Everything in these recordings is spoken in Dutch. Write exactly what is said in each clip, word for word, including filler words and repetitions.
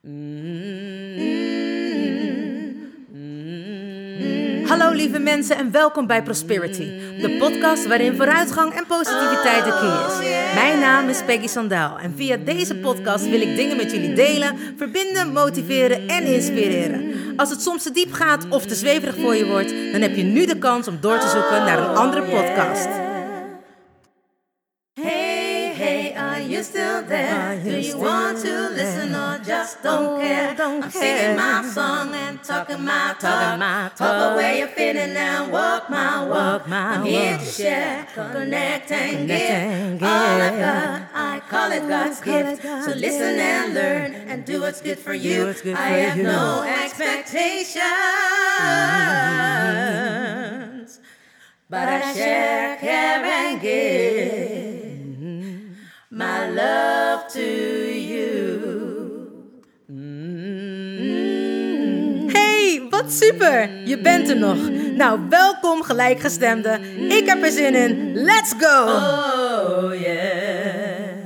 Hallo lieve mensen en welkom bij Prosperity, de podcast waarin vooruitgang en positiviteit de key is. Mijn naam is Peggy Sandaal en via deze podcast wil ik dingen met jullie delen, verbinden, motiveren en inspireren. Als het soms te diep gaat of te zweverig voor je wordt, dan heb je nu de kans om door te zoeken naar een andere podcast. Hey, hey, are you still there? Do you want to listen or just don't care? I'm singing my song and talking my talk. Talk away you're feeling and walk my walk. I'm here to share, connect and give. All I've got, I call it God's gift. So listen and learn and do what's good for you. I have no expectations, but I share, care and give my love to you. Hey, wat super! Je bent er nog. Nou, welkom gelijkgestemden. Ik heb er zin in. Let's go! Oh yeah.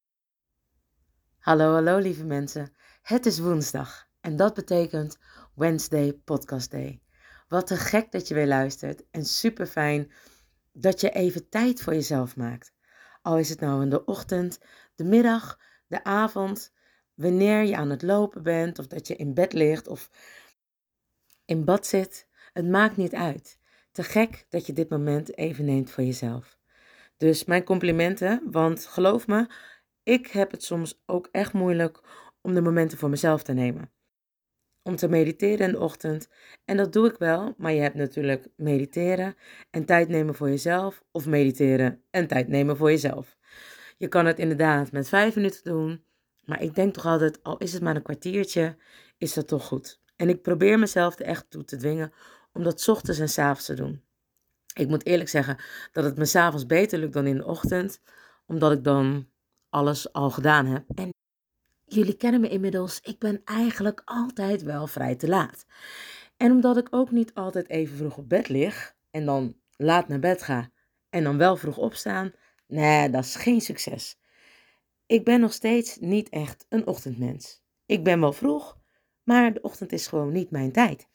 Hallo, hallo lieve mensen. Het is woensdag en dat betekent Wednesday Podcast Day. Wat te gek dat je weer luistert en super fijn dat je even tijd voor jezelf maakt. Al is het nou in de ochtend, de middag, de avond, wanneer je aan het lopen bent of dat je in bed ligt of in bad zit. Het maakt niet uit. Te gek dat je dit moment even neemt voor jezelf. Dus mijn complimenten, want geloof me, ik heb het soms ook echt moeilijk om de momenten voor mezelf te nemen. Om te mediteren in de ochtend. En dat doe ik wel, maar je hebt natuurlijk mediteren en tijd nemen voor jezelf. Of mediteren en tijd nemen voor jezelf. Je kan het inderdaad met vijf minuten doen. Maar ik denk toch altijd, al is het maar een kwartiertje, is dat toch goed. En ik probeer mezelf er echt toe te dwingen om dat 's ochtends en 's avonds te doen. Ik moet eerlijk zeggen dat het me 's avonds beter lukt dan in de ochtend. Omdat ik dan alles al gedaan heb. En jullie kennen me inmiddels, ik ben eigenlijk altijd wel vrij te laat. En omdat ik ook niet altijd even vroeg op bed lig en dan laat naar bed ga en dan wel vroeg opstaan, nee, dat is geen succes. Ik ben nog steeds niet echt een ochtendmens. Ik ben wel vroeg, maar de ochtend is gewoon niet mijn tijd.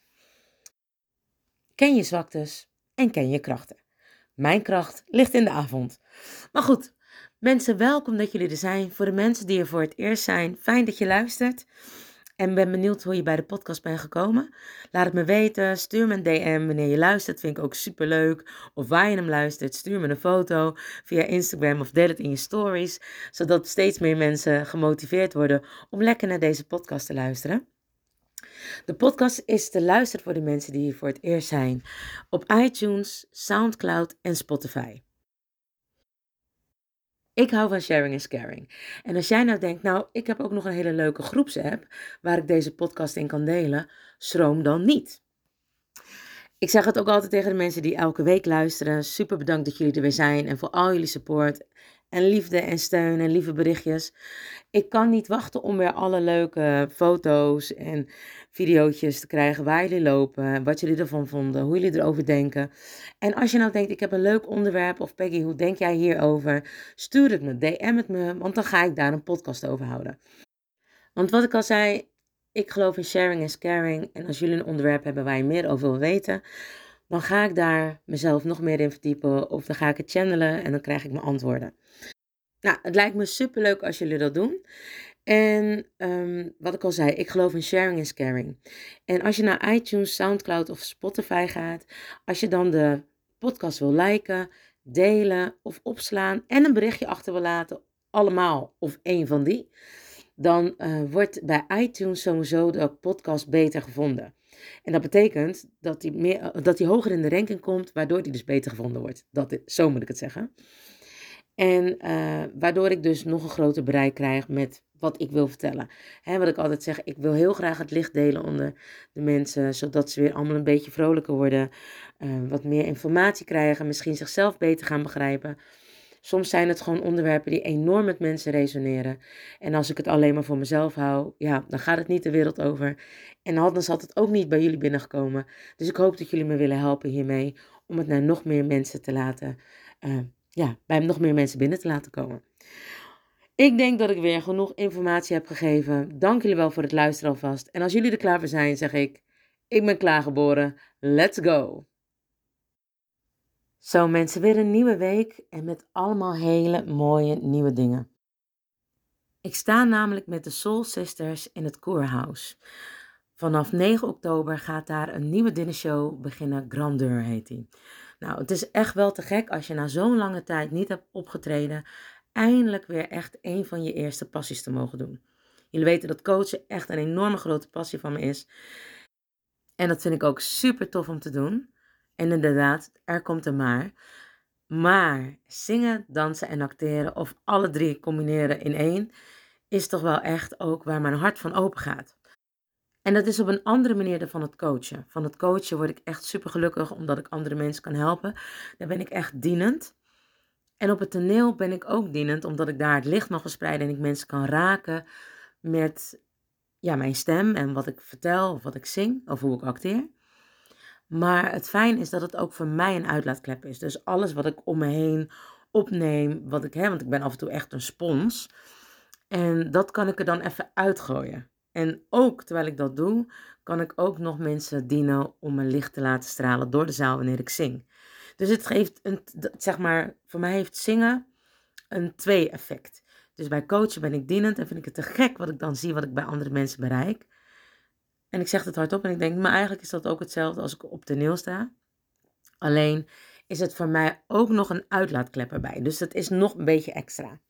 Ken je zwaktes en ken je krachten. Mijn kracht ligt in de avond. Maar goed, mensen, welkom dat jullie er zijn. Voor de mensen die er voor het eerst zijn, fijn dat je luistert. En ben benieuwd hoe je bij de podcast bent gekomen. Laat het me weten, stuur me een D M wanneer je luistert, vind ik ook superleuk. Of waar je hem luistert, stuur me een foto via Instagram of deel het in je stories. Zodat steeds meer mensen gemotiveerd worden om lekker naar deze podcast te luisteren. De podcast is te luisteren voor de mensen die hier voor het eerst zijn. Op iTunes, Soundcloud en Spotify. Ik hou van sharing is caring. En als jij nou denkt, nou, ik heb ook nog een hele leuke groepsapp waar ik deze podcast in kan delen, schroom dan niet. Ik zeg het ook altijd tegen de mensen die elke week luisteren. Super bedankt dat jullie er weer zijn en voor al jullie support en liefde en steun en lieve berichtjes. Ik kan niet wachten om weer alle leuke foto's en videootjes te krijgen waar jullie lopen, wat jullie ervan vonden, hoe jullie erover denken. En als je nou denkt, ik heb een leuk onderwerp of Peggy, hoe denk jij hierover? Stuur het me, D M het me, want dan ga ik daar een podcast over houden. Want wat ik al zei, ik geloof in sharing is caring. En als jullie een onderwerp hebben waar je meer over wil weten, dan ga ik daar mezelf nog meer in verdiepen of dan ga ik het channelen en dan krijg ik mijn antwoorden. Nou, het lijkt me superleuk als jullie dat doen. En um, wat ik al zei, ik geloof in sharing is caring. En als je naar iTunes, Soundcloud of Spotify gaat, als je dan de podcast wil liken, delen of opslaan en een berichtje achter wil laten, allemaal of één van die, dan uh, wordt bij iTunes sowieso de podcast beter gevonden. En dat betekent dat die, meer, dat die hoger in de ranking komt, waardoor die dus beter gevonden wordt. Dat is, zo moet ik het zeggen. En uh, waardoor ik dus nog een groter bereik krijg met wat ik wil vertellen. Hè, wat ik altijd zeg, ik wil heel graag het licht delen onder de mensen, zodat ze weer allemaal een beetje vrolijker worden, uh, wat meer informatie krijgen, misschien zichzelf beter gaan begrijpen. Soms zijn het gewoon onderwerpen die enorm met mensen resoneren. En als ik het alleen maar voor mezelf hou, ja, dan gaat het niet de wereld over. En anders had het ook niet bij jullie binnengekomen. Dus ik hoop dat jullie me willen helpen hiermee, om het naar nog meer mensen te laten, uh, ja, bij nog meer mensen binnen te laten komen. Ik denk dat ik weer genoeg informatie heb gegeven. Dank jullie wel voor het luisteren alvast. En als jullie er klaar voor zijn, zeg ik, ik ben klaargeboren. Let's go! Zo mensen, weer een nieuwe week en met allemaal hele mooie nieuwe dingen. Ik sta namelijk met de Soul Sisters in het Koerhuis. Vanaf negen oktober gaat daar een nieuwe dinnershow beginnen. Grandeur heet die. Nou, het is echt wel te gek als je na zo'n lange tijd niet hebt opgetreden, eindelijk weer echt een van je eerste passies te mogen doen. Jullie weten dat coachen echt een enorme grote passie van me is. En dat vind ik ook super tof om te doen. En inderdaad, er komt er maar. Maar zingen, dansen en acteren, of alle drie combineren in één, is toch wel echt ook waar mijn hart van open gaat. En dat is op een andere manier dan van het coachen. Van het coachen word ik echt super gelukkig omdat ik andere mensen kan helpen. Daar ben ik echt dienend. En op het toneel ben ik ook dienend omdat ik daar het licht mag verspreiden en ik mensen kan raken met ja, mijn stem en wat ik vertel of wat ik zing of hoe ik acteer. Maar het fijn is dat het ook voor mij een uitlaatklep is. Dus alles wat ik om me heen opneem, wat ik heb, want ik ben af en toe echt een spons. En dat kan ik er dan even uitgooien. En ook terwijl ik dat doe, kan ik ook nog mensen dienen om mijn licht te laten stralen door de zaal wanneer ik zing. Dus het geeft een, zeg maar, voor mij heeft zingen een twee-effect. Dus bij coachen ben ik dienend en vind ik het te gek wat ik dan zie, wat ik bij andere mensen bereik. En ik zeg het hardop en ik denk, maar eigenlijk is dat ook hetzelfde als ik op toneel sta. Alleen is het voor mij ook nog een uitlaatklep erbij. Dus dat is nog een beetje extra.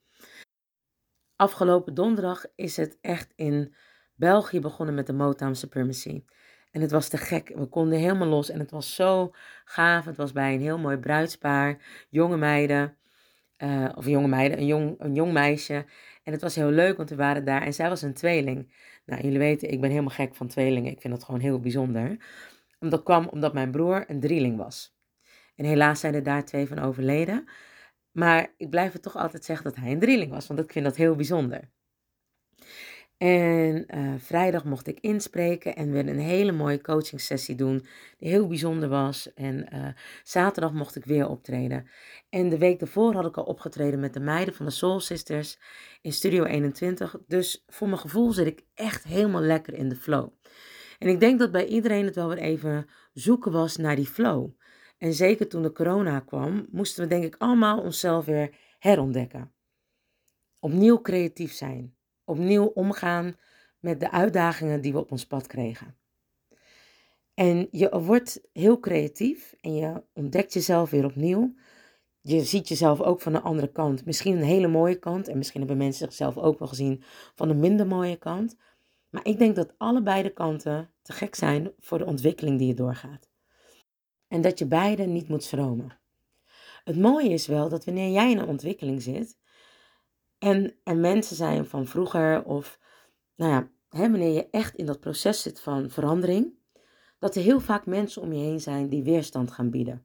Afgelopen donderdag is het echt in België begonnen met de Motown Supremacy. En het was te gek. We konden helemaal los en het was zo gaaf. Het was bij een heel mooi bruidspaar, jonge meiden. Uh, of jonge meiden, een jong, een jong meisje. En het was heel leuk, want we waren daar en zij was een tweeling. Nou, jullie weten, ik ben helemaal gek van tweelingen. Ik vind dat gewoon heel bijzonder. Dat kwam omdat mijn broer een drieling was. En helaas zijn er daar twee van overleden. Maar ik blijf het toch altijd zeggen dat hij een drieling was, want ik vind dat heel bijzonder. En uh, vrijdag mocht ik inspreken en weer een hele mooie coachingsessie doen, die heel bijzonder was. En uh, zaterdag mocht ik weer optreden. En de week daarvoor had ik al opgetreden met de meiden van de Soul Sisters in Studio eenentwintig. Dus voor mijn gevoel zit ik echt helemaal lekker in de flow. En ik denk dat bij iedereen het wel weer even zoeken was naar die flow. En zeker toen de corona kwam, moesten we denk ik allemaal onszelf weer herontdekken. Opnieuw creatief zijn. Opnieuw omgaan met de uitdagingen die we op ons pad kregen. En je wordt heel creatief en je ontdekt jezelf weer opnieuw. Je ziet jezelf ook van de andere kant. Misschien een hele mooie kant en misschien hebben mensen zichzelf ook wel gezien van een minder mooie kant. Maar ik denk dat allebei de kanten te gek zijn voor de ontwikkeling die je doorgaat. En dat je beide niet moet schromen. Het mooie is wel dat wanneer jij in een ontwikkeling zit en er mensen zijn van vroeger of nou ja, hè, wanneer je echt in dat proces zit van verandering, dat er heel vaak mensen om je heen zijn die weerstand gaan bieden.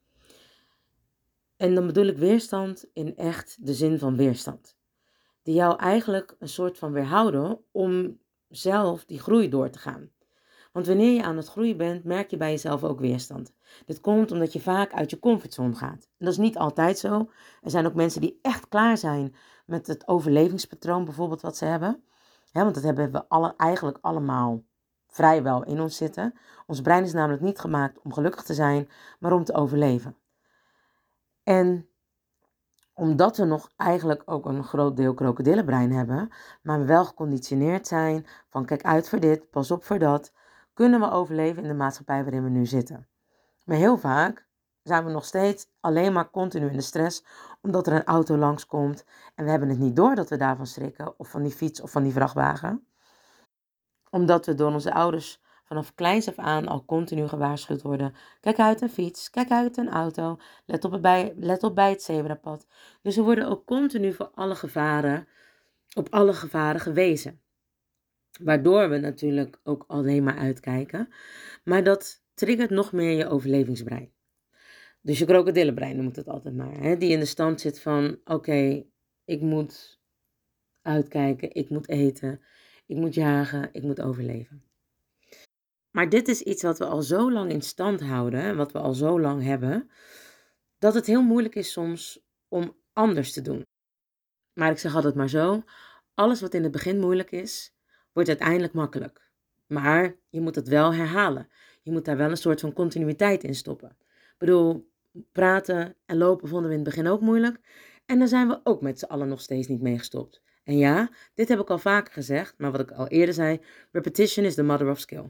En dan bedoel ik weerstand in echt de zin van weerstand. Die jou eigenlijk een soort van weerhouden om zelf die groei door te gaan. Want wanneer je aan het groeien bent, merk je bij jezelf ook weerstand. Dit komt omdat je vaak uit je comfortzone gaat. En dat is niet altijd zo. Er zijn ook mensen die echt klaar zijn met het overlevingspatroon bijvoorbeeld wat ze hebben. Ja, want dat hebben we alle, eigenlijk allemaal vrijwel in ons zitten. Ons brein is namelijk niet gemaakt om gelukkig te zijn, maar om te overleven. En omdat we nog eigenlijk ook een groot deel krokodillenbrein hebben, maar we wel geconditioneerd zijn van kijk uit voor dit, pas op voor dat, kunnen we overleven in de maatschappij waarin we nu zitten. Maar heel vaak zijn we nog steeds alleen maar continu in de stress, omdat er een auto langskomt en we hebben het niet door dat we daarvan schrikken, of van die fiets of van die vrachtwagen. Omdat we door onze ouders vanaf kleins af aan al continu gewaarschuwd worden. Kijk uit een fiets, kijk uit een auto, let op bij, let op bij het zebrapad. Dus we worden ook continu voor alle gevaren, op alle gevaren gewezen. Waardoor we natuurlijk ook alleen maar uitkijken. Maar dat triggert nog meer je overlevingsbrein. Dus je krokodillenbrein noem ik het altijd maar. Hè? Die in de stand zit van, oké, okay, ik moet uitkijken, ik moet eten, ik moet jagen, ik moet overleven. Maar dit is iets wat we al zo lang in stand houden, wat we al zo lang hebben, dat het heel moeilijk is soms om anders te doen. Maar ik zeg altijd maar zo, alles wat in het begin moeilijk is, wordt uiteindelijk makkelijk. Maar je moet het wel herhalen. Je moet daar wel een soort van continuïteit in stoppen. Ik bedoel, praten en lopen vonden we in het begin ook moeilijk. En daar zijn we ook met z'n allen nog steeds niet mee gestopt. En ja, dit heb ik al vaker gezegd, maar wat ik al eerder zei, repetition is the mother of skill.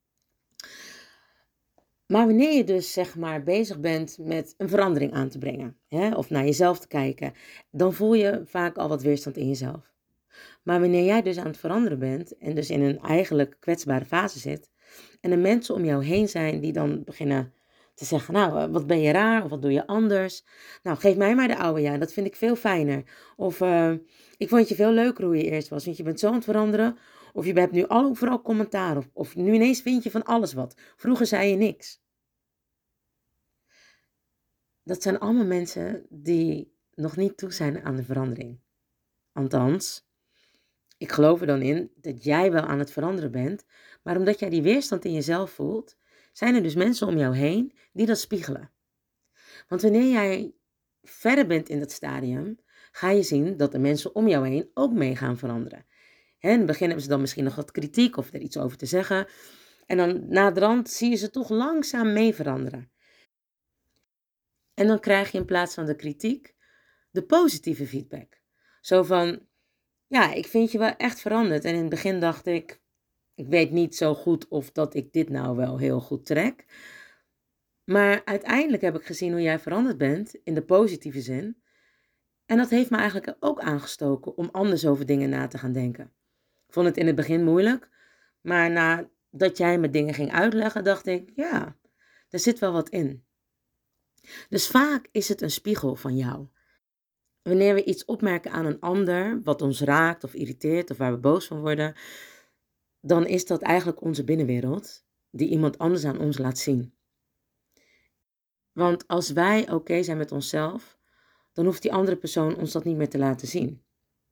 Maar wanneer je dus zeg maar bezig bent met een verandering aan te brengen, hè, of naar jezelf te kijken, dan voel je vaak al wat weerstand in jezelf. Maar wanneer jij dus aan het veranderen bent en dus in een eigenlijk kwetsbare fase zit en er mensen om jou heen zijn die dan beginnen te zeggen, nou, wat ben je raar of wat doe je anders? Nou, geef mij maar de oude ja, dat vind ik veel fijner. Of uh, ik vond je veel leuker hoe je eerst was, want je bent zo aan het veranderen. Of je hebt nu al overal commentaar of, of nu ineens vind je van alles wat. Vroeger zei je niks. Dat zijn allemaal mensen die nog niet toe zijn aan de verandering. Althans, ik geloof er dan in dat jij wel aan het veranderen bent, maar omdat jij die weerstand in jezelf voelt, zijn er dus mensen om jou heen die dat spiegelen. Want wanneer jij verder bent in dat stadium, ga je zien dat de mensen om jou heen ook mee gaan veranderen. He, in het begin hebben ze dan misschien nog wat kritiek of er iets over te zeggen. En dan naderhand zie je ze toch langzaam mee veranderen. En dan krijg je in plaats van de kritiek de positieve feedback. Zo van, ja, ik vind je wel echt veranderd. En in het begin dacht ik, ik weet niet zo goed of dat ik dit nou wel heel goed trek. Maar uiteindelijk heb ik gezien hoe jij veranderd bent, in de positieve zin. En dat heeft me eigenlijk ook aangestoken om anders over dingen na te gaan denken. Ik vond het in het begin moeilijk, maar nadat jij me dingen ging uitleggen, dacht ik, ja, er zit wel wat in. Dus vaak is het een spiegel van jou. Wanneer we iets opmerken aan een ander, wat ons raakt of irriteert of waar we boos van worden, dan is dat eigenlijk onze binnenwereld die iemand anders aan ons laat zien. Want als wij oké zijn met onszelf, dan hoeft die andere persoon ons dat niet meer te laten zien.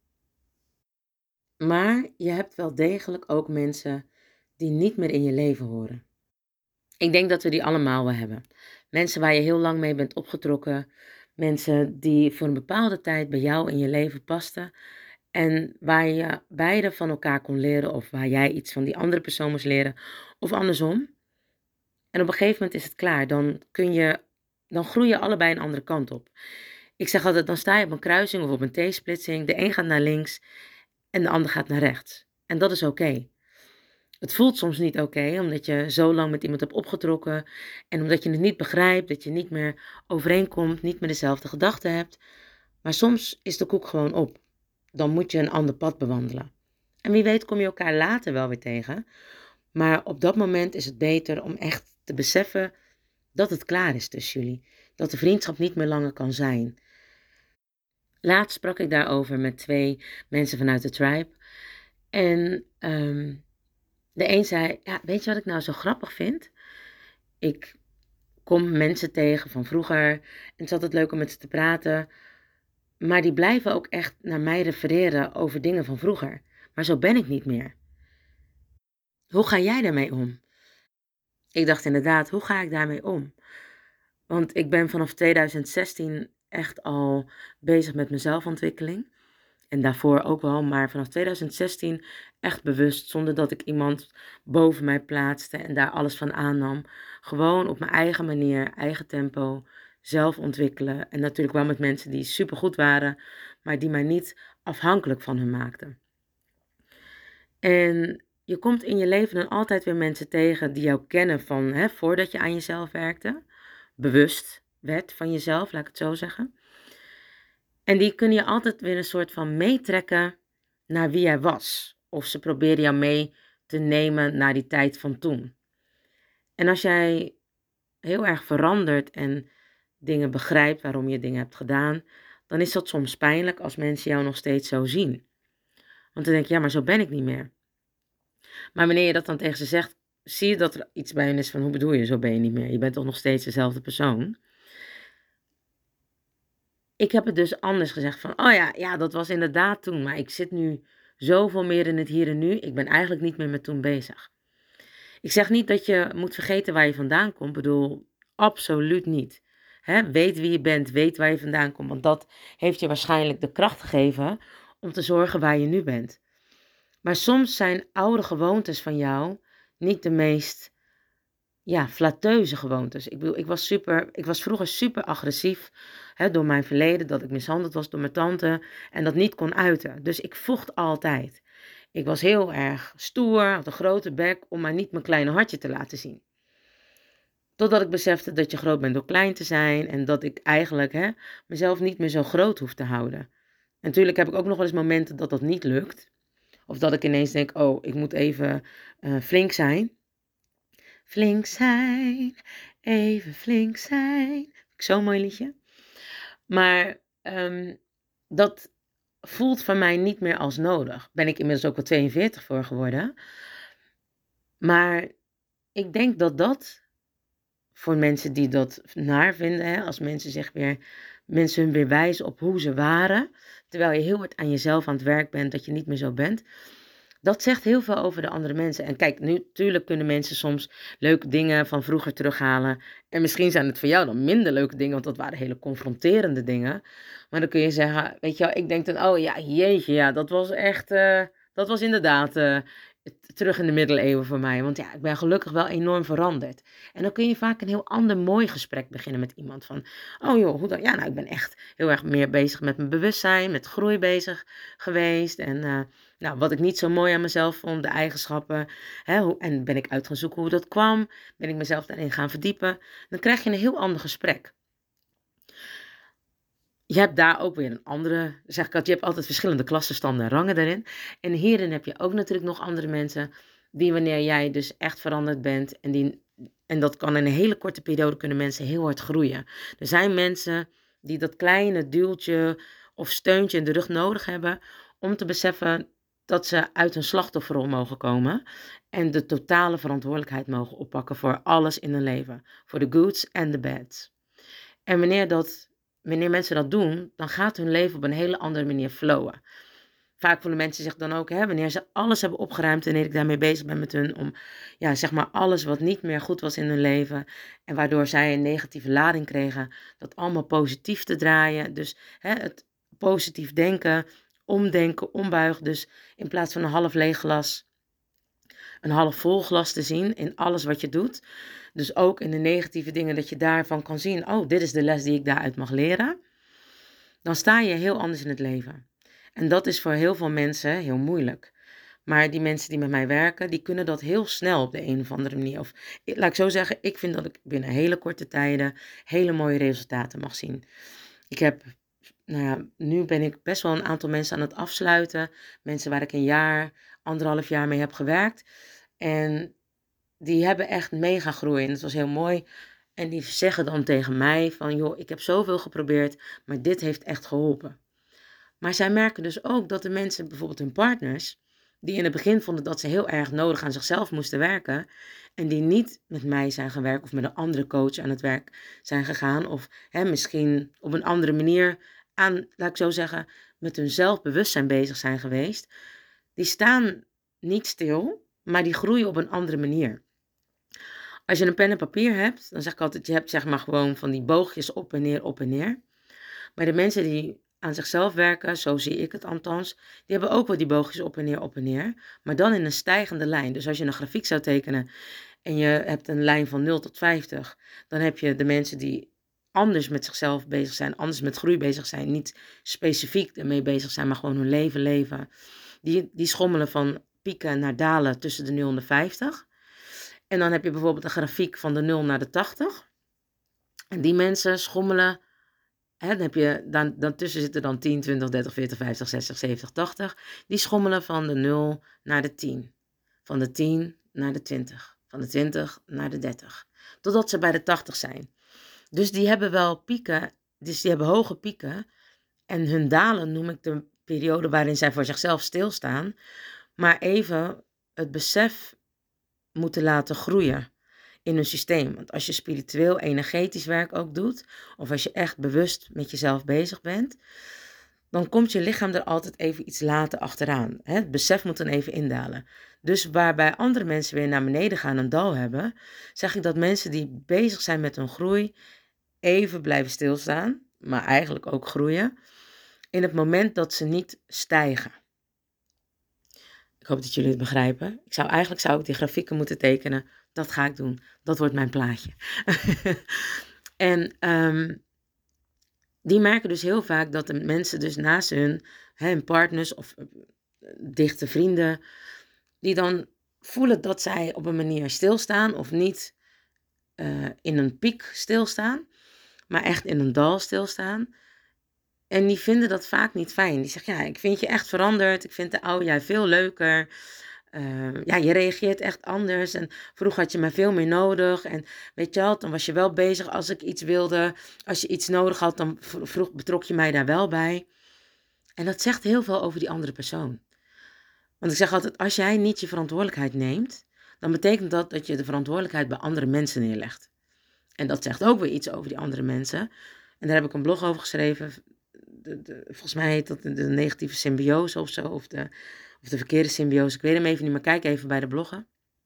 Maar je hebt wel degelijk ook mensen die niet meer in je leven horen. Ik denk dat we die allemaal wel hebben. Mensen waar je heel lang mee bent opgetrokken. Mensen die voor een bepaalde tijd bij jou in je leven pasten. En waar je beide van elkaar kon leren. Of waar jij iets van die andere persoon moest leren. Of andersom. En op een gegeven moment is het klaar. Dan, kun je, dan groei je allebei een andere kant op. Ik zeg altijd, dan sta je op een kruising of op een T-splitsing. De een gaat naar links en de ander gaat naar rechts. En dat is oké. Okay. Het voelt soms niet oké, okay, omdat je zo lang met iemand hebt opgetrokken. En omdat je het niet begrijpt, dat je niet meer overeenkomt, niet meer dezelfde gedachten hebt. Maar soms is de koek gewoon op. Dan moet je een ander pad bewandelen. En wie weet kom je elkaar later wel weer tegen. Maar op dat moment is het beter om echt te beseffen dat het klaar is tussen jullie. Dat de vriendschap niet meer langer kan zijn. Laatst sprak ik daarover met twee mensen vanuit de tribe. En um, de een zei, ja, weet je wat ik nou zo grappig vind? Ik kom mensen tegen van vroeger en het is altijd leuk om met ze te praten. Maar die blijven ook echt naar mij refereren over dingen van vroeger. Maar zo ben ik niet meer. Hoe ga jij daarmee om? Ik dacht inderdaad, hoe ga ik daarmee om? Want ik ben vanaf twintig zestien echt al bezig met mijn zelfontwikkeling. En daarvoor ook wel, maar vanaf twintig zestien echt bewust, zonder dat ik iemand boven mij plaatste en daar alles van aannam. Gewoon op mijn eigen manier, eigen tempo, zelf ontwikkelen. En natuurlijk wel met mensen die supergoed waren, maar die mij niet afhankelijk van hun maakten. En je komt in je leven dan altijd weer mensen tegen die jou kennen van, hè, voordat je aan jezelf werkte. Bewust werd van jezelf, laat ik het zo zeggen. En die kunnen je altijd weer een soort van meetrekken naar wie jij was. Of ze proberen jou mee te nemen naar die tijd van toen. En als jij heel erg verandert en dingen begrijpt waarom je dingen hebt gedaan, dan is dat soms pijnlijk als mensen jou nog steeds zo zien. Want dan denk je, ja, maar zo ben ik niet meer. Maar wanneer je dat dan tegen ze zegt, zie je dat er iets bij hen is van, hoe bedoel je, zo ben je niet meer? Je bent toch nog steeds dezelfde persoon? Ik heb het dus anders gezegd van, oh ja, ja, dat was inderdaad toen, maar ik zit nu zoveel meer in het hier en nu. Ik ben eigenlijk niet meer met toen bezig. Ik zeg niet dat je moet vergeten waar je vandaan komt, ik bedoel, absoluut niet. Hè, weet wie je bent, weet waar je vandaan komt. Want dat heeft je waarschijnlijk de kracht gegeven om te zorgen waar je nu bent. Maar soms zijn oude gewoontes van jou niet de meest ja, flatteuze gewoontes. Ik bedoel, ik was, super, ik was vroeger super agressief hè, door mijn verleden, dat ik mishandeld was door mijn tante en dat niet kon uiten. Dus ik vocht altijd. Ik was heel erg stoer, had een grote bek om maar niet mijn kleine hartje te laten zien. Totdat ik besefte dat je groot bent door klein te zijn en dat ik eigenlijk hè, mezelf niet meer zo groot hoef te houden. En natuurlijk heb ik ook nog wel eens momenten dat dat niet lukt. Of dat ik ineens denk, oh, ik moet even uh, flink zijn. Flink zijn, even flink zijn. Zo'n mooi liedje. Maar um, dat voelt voor mij niet meer als nodig. Ben ik inmiddels ook al tweeënveertig voor geworden. Maar ik denk dat dat voor mensen die dat naar vinden, hè, als mensen zich weer, mensen hun weer wijzen op hoe ze waren, terwijl je heel hard aan jezelf aan het werk bent, dat je niet meer zo bent. Dat zegt heel veel over de andere mensen. En kijk, nu natuurlijk kunnen mensen soms leuke dingen van vroeger terughalen. En misschien zijn het voor jou dan minder leuke dingen, want dat waren hele confronterende dingen. Maar dan kun je zeggen, weet je wel, ik denk dan, oh ja, jeetje, ja, dat was echt, uh, dat was inderdaad uh, terug in de middeleeuwen voor mij. Want ja, ik ben gelukkig wel enorm veranderd. En dan kun je vaak een heel ander mooi gesprek beginnen met iemand van, oh joh, hoe dan? Ja, nou, ik ben echt heel erg meer bezig met mijn bewustzijn, met groei bezig geweest. En uh, nou, wat ik niet zo mooi aan mezelf vond, de eigenschappen. Hè, hoe, en ben ik uit gaan zoeken hoe dat kwam. Ben ik mezelf daarin gaan verdiepen. Dan krijg je een heel ander gesprek. Je hebt daar ook weer een andere, zeg ik altijd, je hebt altijd verschillende klassenstanden en rangen daarin. En hierin heb je ook natuurlijk nog andere mensen, die wanneer jij dus echt veranderd bent, en, die, en dat kan in een hele korte periode, kunnen mensen heel hard groeien. Er zijn mensen die dat kleine duwtje of steuntje in de rug nodig hebben, om te beseffen dat ze uit hun slachtofferrol mogen komen en de totale verantwoordelijkheid mogen oppakken voor alles in hun leven. Voor de goods en de bads. En wanneer, dat, wanneer mensen dat doen, dan gaat hun leven op een hele andere manier flowen. Vaak voelen mensen zich dan ook, hè, wanneer ze alles hebben opgeruimd en ik daarmee bezig ben met hun, om ja, zeg maar alles wat niet meer goed was in hun leven en waardoor zij een negatieve lading kregen, dat allemaal positief te draaien. Dus hè, het positief denken, omdenken, ombuigen. Dus in plaats van een half leeg glas, een half vol glas te zien in alles wat je doet. Dus ook in de negatieve dingen, dat je daarvan kan zien, oh, dit is de les die ik daaruit mag leren. Dan sta je heel anders in het leven. En dat is voor heel veel mensen heel moeilijk. Maar die mensen die met mij werken, die kunnen dat heel snel op de een of andere manier. Of laat ik zo zeggen, ik vind dat ik binnen hele korte tijden hele mooie resultaten mag zien. Ik heb, nou ja, nu ben ik best wel een aantal mensen aan het afsluiten. Mensen waar ik een jaar, anderhalf jaar mee heb gewerkt. En die hebben echt mega groei. En dat was heel mooi. En die zeggen dan tegen mij van, joh, ik heb zoveel geprobeerd, maar dit heeft echt geholpen. Maar zij merken dus ook dat de mensen, bijvoorbeeld hun partners, die in het begin vonden dat ze heel erg nodig aan zichzelf moesten werken, en die niet met mij zijn gaan werken of met een andere coach aan het werk zijn gegaan, of hè, misschien op een andere manier aan, laat ik zo zeggen, met hun zelfbewustzijn bezig zijn geweest, die staan niet stil, maar die groeien op een andere manier. Als je een pen en papier hebt, dan zeg ik altijd, je hebt zeg maar gewoon van die boogjes op en neer, op en neer. Maar de mensen die aan zichzelf werken, zo zie ik het althans, die hebben ook wel die boogjes op en neer, op en neer. Maar dan in een stijgende lijn. Dus als je een grafiek zou tekenen en je hebt een lijn van nul tot vijftig, dan heb je de mensen die anders met zichzelf bezig zijn, anders met groei bezig zijn, niet specifiek ermee bezig zijn, maar gewoon hun leven leven. Die, die schommelen van pieken naar dalen tussen de nul en de vijftig. En dan heb je bijvoorbeeld een grafiek van de nul naar de tachtig. En die mensen schommelen, hè, dan heb je, dan, dan tussen zitten dan tien, twintig, dertig, veertig, vijftig, zestig, zeventig, tachtig. Die schommelen van de nul naar de tien. Van de tien naar de twintig. Van de twintig naar de dertig. Totdat ze bij de tachtig zijn. Dus die hebben wel pieken, dus die hebben hoge pieken. En hun dalen noem ik de periode waarin zij voor zichzelf stilstaan. Maar even het besef moeten laten groeien in hun systeem. Want als je spiritueel, energetisch werk ook doet, of als je echt bewust met jezelf bezig bent, dan komt je lichaam er altijd even iets later achteraan. Het besef moet dan even indalen. Dus waarbij andere mensen weer naar beneden gaan, een dal hebben, zeg ik dat mensen die bezig zijn met hun groei, even blijven stilstaan, maar eigenlijk ook groeien, in het moment dat ze niet stijgen. Ik hoop dat jullie het begrijpen. Ik zou, eigenlijk zou ik die grafieken moeten tekenen. Dat ga ik doen. Dat wordt mijn plaatje. en um, die merken dus heel vaak dat de mensen dus naast hun, hun partners of uh, dichte vrienden, die dan voelen dat zij op een manier stilstaan of niet uh, in een piek stilstaan, maar echt in een dal stilstaan. En die vinden dat vaak niet fijn. Die zeggen, ja, ik vind je echt veranderd. Ik vind de oude jij veel leuker. Uh, ja, je reageert echt anders. En vroeger had je mij veel meer nodig. En weet je wel, dan was je wel bezig als ik iets wilde. Als je iets nodig had, dan vroeg, betrok je mij daar wel bij. En dat zegt heel veel over die andere persoon. Want ik zeg altijd, als jij niet je verantwoordelijkheid neemt, dan betekent dat dat je de verantwoordelijkheid bij andere mensen neerlegt. En dat zegt ook weer iets over die andere mensen. En daar heb ik een blog over geschreven. De, de, volgens mij heet dat de, de negatieve symbiose of zo. Of de, of de verkeerde symbiose. Ik weet hem even niet, maar kijk even bij de bloggen.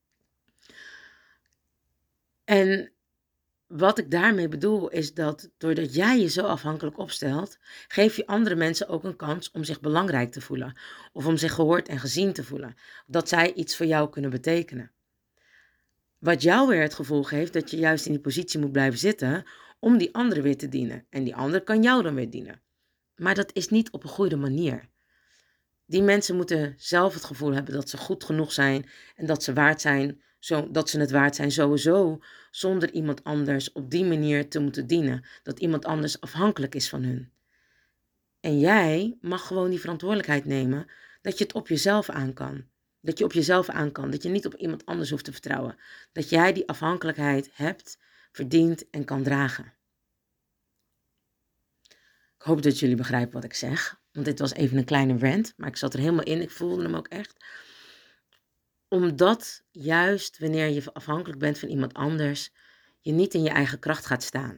En wat ik daarmee bedoel is dat doordat jij je zo afhankelijk opstelt, geef je andere mensen ook een kans om zich belangrijk te voelen. Of om zich gehoord en gezien te voelen. Dat zij iets voor jou kunnen betekenen. Wat jou weer het gevoel geeft dat je juist in die positie moet blijven zitten om die andere weer te dienen. En die ander kan jou dan weer dienen. Maar dat is niet op een goede manier. Die mensen moeten zelf het gevoel hebben dat ze goed genoeg zijn en dat ze waard zijn, zo, dat ze het waard zijn sowieso, zonder iemand anders op die manier te moeten dienen. Dat iemand anders afhankelijk is van hun. En jij mag gewoon die verantwoordelijkheid nemen dat je het op jezelf aan kan. Dat je op jezelf aan kan, dat je niet op iemand anders hoeft te vertrouwen. Dat jij die afhankelijkheid hebt, verdient en kan dragen. Ik hoop dat jullie begrijpen wat ik zeg. Want dit was even een kleine rant, maar ik zat er helemaal in. Ik voelde hem ook echt. Omdat juist wanneer je afhankelijk bent van iemand anders, je niet in je eigen kracht gaat staan.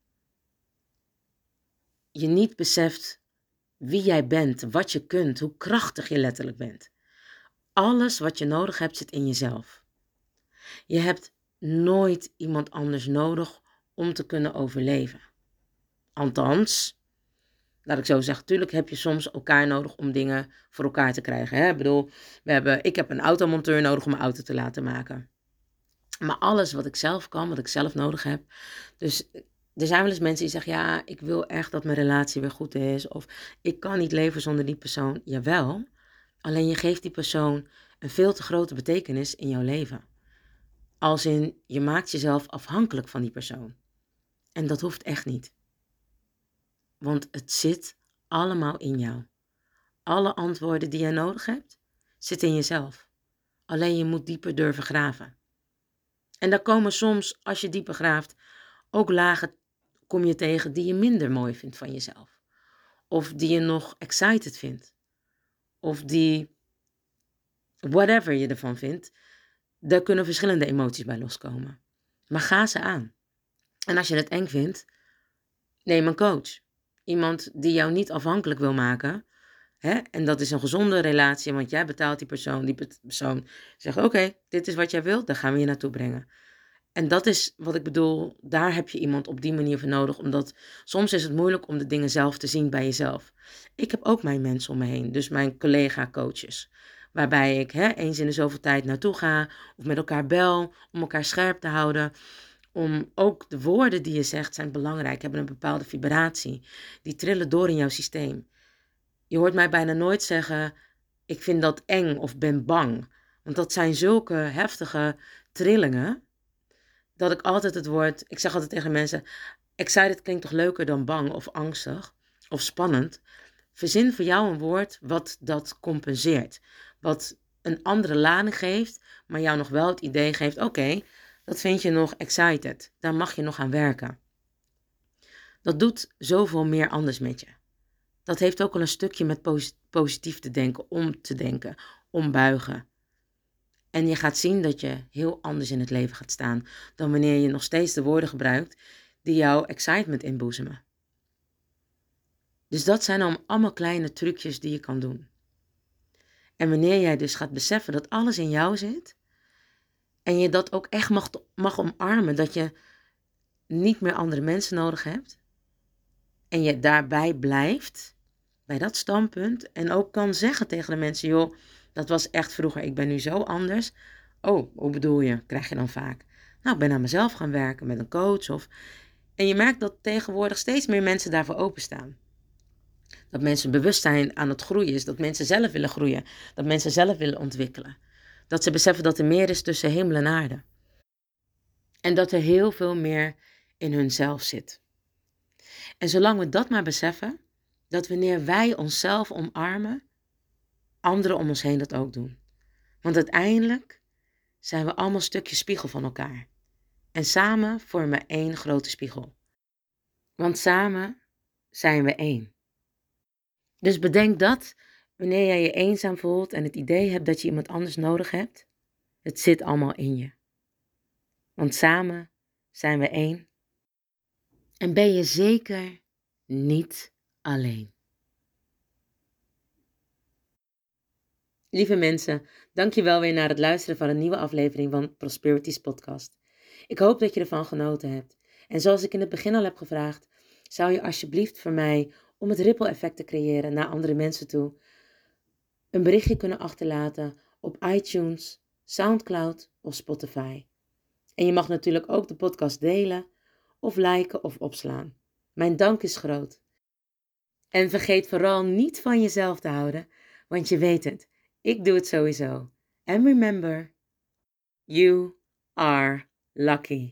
Je niet beseft wie jij bent, wat je kunt, hoe krachtig je letterlijk bent. Alles wat je nodig hebt zit in jezelf. Je hebt nooit iemand anders nodig om te kunnen overleven. Althans, laat ik zo zeggen, natuurlijk heb je soms elkaar nodig om dingen voor elkaar te krijgen. Hè? Ik bedoel, we hebben, ik heb een automonteur nodig om mijn auto te laten maken. Maar alles wat ik zelf kan, wat ik zelf nodig heb. Dus er zijn wel eens mensen die zeggen, ja, ik wil echt dat mijn relatie weer goed is. Of ik kan niet leven zonder die persoon. Jawel, alleen je geeft die persoon een veel te grote betekenis in jouw leven. Als in, je maakt jezelf afhankelijk van die persoon. En dat hoeft echt niet. Want het zit allemaal in jou. Alle antwoorden die je nodig hebt, zitten in jezelf. Alleen je moet dieper durven graven. En daar komen soms, als je dieper graaft, ook lagen kom je tegen die je minder mooi vindt van jezelf. Of die je nog excited vindt. Of die, whatever je ervan vindt, daar kunnen verschillende emoties bij loskomen. Maar ga ze aan. En als je het eng vindt, neem een coach. Iemand die jou niet afhankelijk wil maken. Hè? En dat is een gezonde relatie, want jij betaalt die persoon. Die persoon zegt, oké, okay, dit is wat jij wilt, daar gaan we je naartoe brengen. En dat is wat ik bedoel, daar heb je iemand op die manier voor nodig. Omdat soms is het moeilijk om de dingen zelf te zien bij jezelf. Ik heb ook mijn mensen om me heen, dus mijn collega-coaches. Waarbij ik hè, eens in de zoveel tijd naartoe ga of met elkaar bel om elkaar scherp te houden. Om ook de woorden die je zegt zijn belangrijk, hebben een bepaalde vibratie. Die trillen door in jouw systeem. Je hoort mij bijna nooit zeggen, ik vind dat eng of ben bang. Want dat zijn zulke heftige trillingen, dat ik altijd het woord, ik zeg altijd tegen mensen, excited klinkt toch leuker dan bang of angstig of spannend. Verzin voor jou een woord wat dat compenseert. Wat een andere lading geeft, maar jou nog wel het idee geeft, oké, okay, dat vind je nog excited. Daar mag je nog aan werken. Dat doet zoveel meer anders met je. Dat heeft ook al een stukje met positief te denken, om te denken, ombuigen. En je gaat zien dat je heel anders in het leven gaat staan dan wanneer je nog steeds de woorden gebruikt die jouw excitement inboezemen. Dus dat zijn allemaal kleine trucjes die je kan doen. En wanneer jij dus gaat beseffen dat alles in jou zit en je dat ook echt mag, mag omarmen, dat je niet meer andere mensen nodig hebt en je daarbij blijft, bij dat standpunt, en ook kan zeggen tegen de mensen, joh, dat was echt vroeger, ik ben nu zo anders. Oh, hoe bedoel je? Krijg je dan vaak. Nou, ik ben aan mezelf gaan werken met een coach. Of... En je merkt dat tegenwoordig steeds meer mensen daarvoor openstaan. Dat mensen bewustzijn aan het groeien is. Dat mensen zelf willen groeien. Dat mensen zelf willen ontwikkelen. Dat ze beseffen dat er meer is tussen hemel en aarde. En dat er heel veel meer in hunzelf zit. En zolang we dat maar beseffen, dat wanneer wij onszelf omarmen, anderen om ons heen dat ook doen. Want uiteindelijk zijn we allemaal stukjes spiegel van elkaar. En samen vormen we één grote spiegel. Want samen zijn we één. Dus bedenk dat wanneer jij je eenzaam voelt en het idee hebt dat je iemand anders nodig hebt, het zit allemaal in je. Want samen zijn we één. En ben je zeker niet alleen. Lieve mensen, dankjewel weer naar het luisteren van een nieuwe aflevering van Prosperity's podcast. Ik hoop dat je ervan genoten hebt. En zoals ik in het begin al heb gevraagd, zou je alsjeblieft voor mij, om het ripple effect te creëren naar andere mensen toe, een berichtje kunnen achterlaten op iTunes, Soundcloud of Spotify. En je mag natuurlijk ook de podcast delen of liken of opslaan. Mijn dank is groot. En vergeet vooral niet van jezelf te houden, want je weet het, ik doe het sowieso. And remember, you are lucky.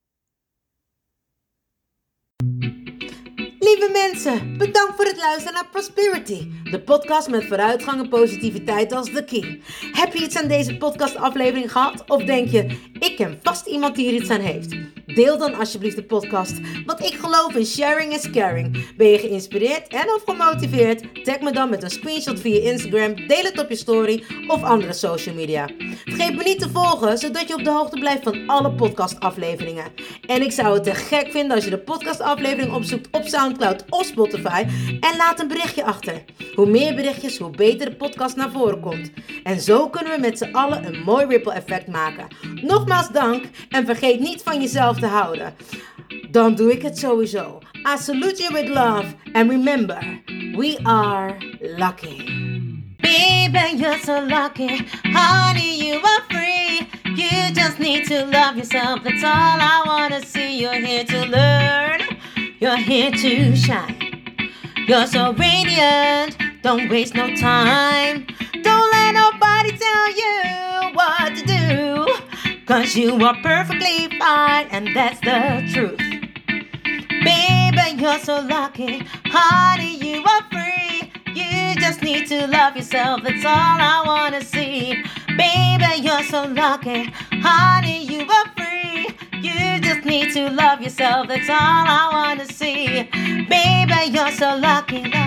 Lieve mensen, bedankt voor het luisteren naar Prosperity, de podcast met vooruitgang en positiviteit als the key. Heb je iets aan deze podcastaflevering gehad of denk je, ik ken vast iemand die hier iets aan heeft? Deel dan alsjeblieft de podcast, want ik geloof in sharing is caring. Ben je geïnspireerd en of gemotiveerd? Tag me dan met een screenshot via Instagram, deel het op je story of andere social media. Vergeet me niet te volgen, zodat je op de hoogte blijft van alle podcastafleveringen. En ik zou het te gek vinden als je de podcastaflevering opzoekt op Soundcloud of Spotify en laat een berichtje achter. Hoe meer berichtjes, hoe beter de podcast naar voren komt. En zo kunnen we met z'n allen een mooi ripple effect maken. Nogmaals dank en vergeet niet van jezelf te houden. Dan doe ik het sowieso. I salute you with love and remember, we are lucky. Baby, you're so lucky. Honey, you are free. You just need to love yourself. That's all I wanna see. You're here to learn. You're here to shine. You're so radiant. Don't waste no time. Don't let nobody tell you what to do. Cause you are perfectly fine. And that's the truth. Baby, you're so lucky. Honey, you are free. You just need to love yourself. That's all I wanna see. Baby, you're so lucky. Honey, you are free. You just need to love yourself. That's all I wanna see. Baby, you're so lucky.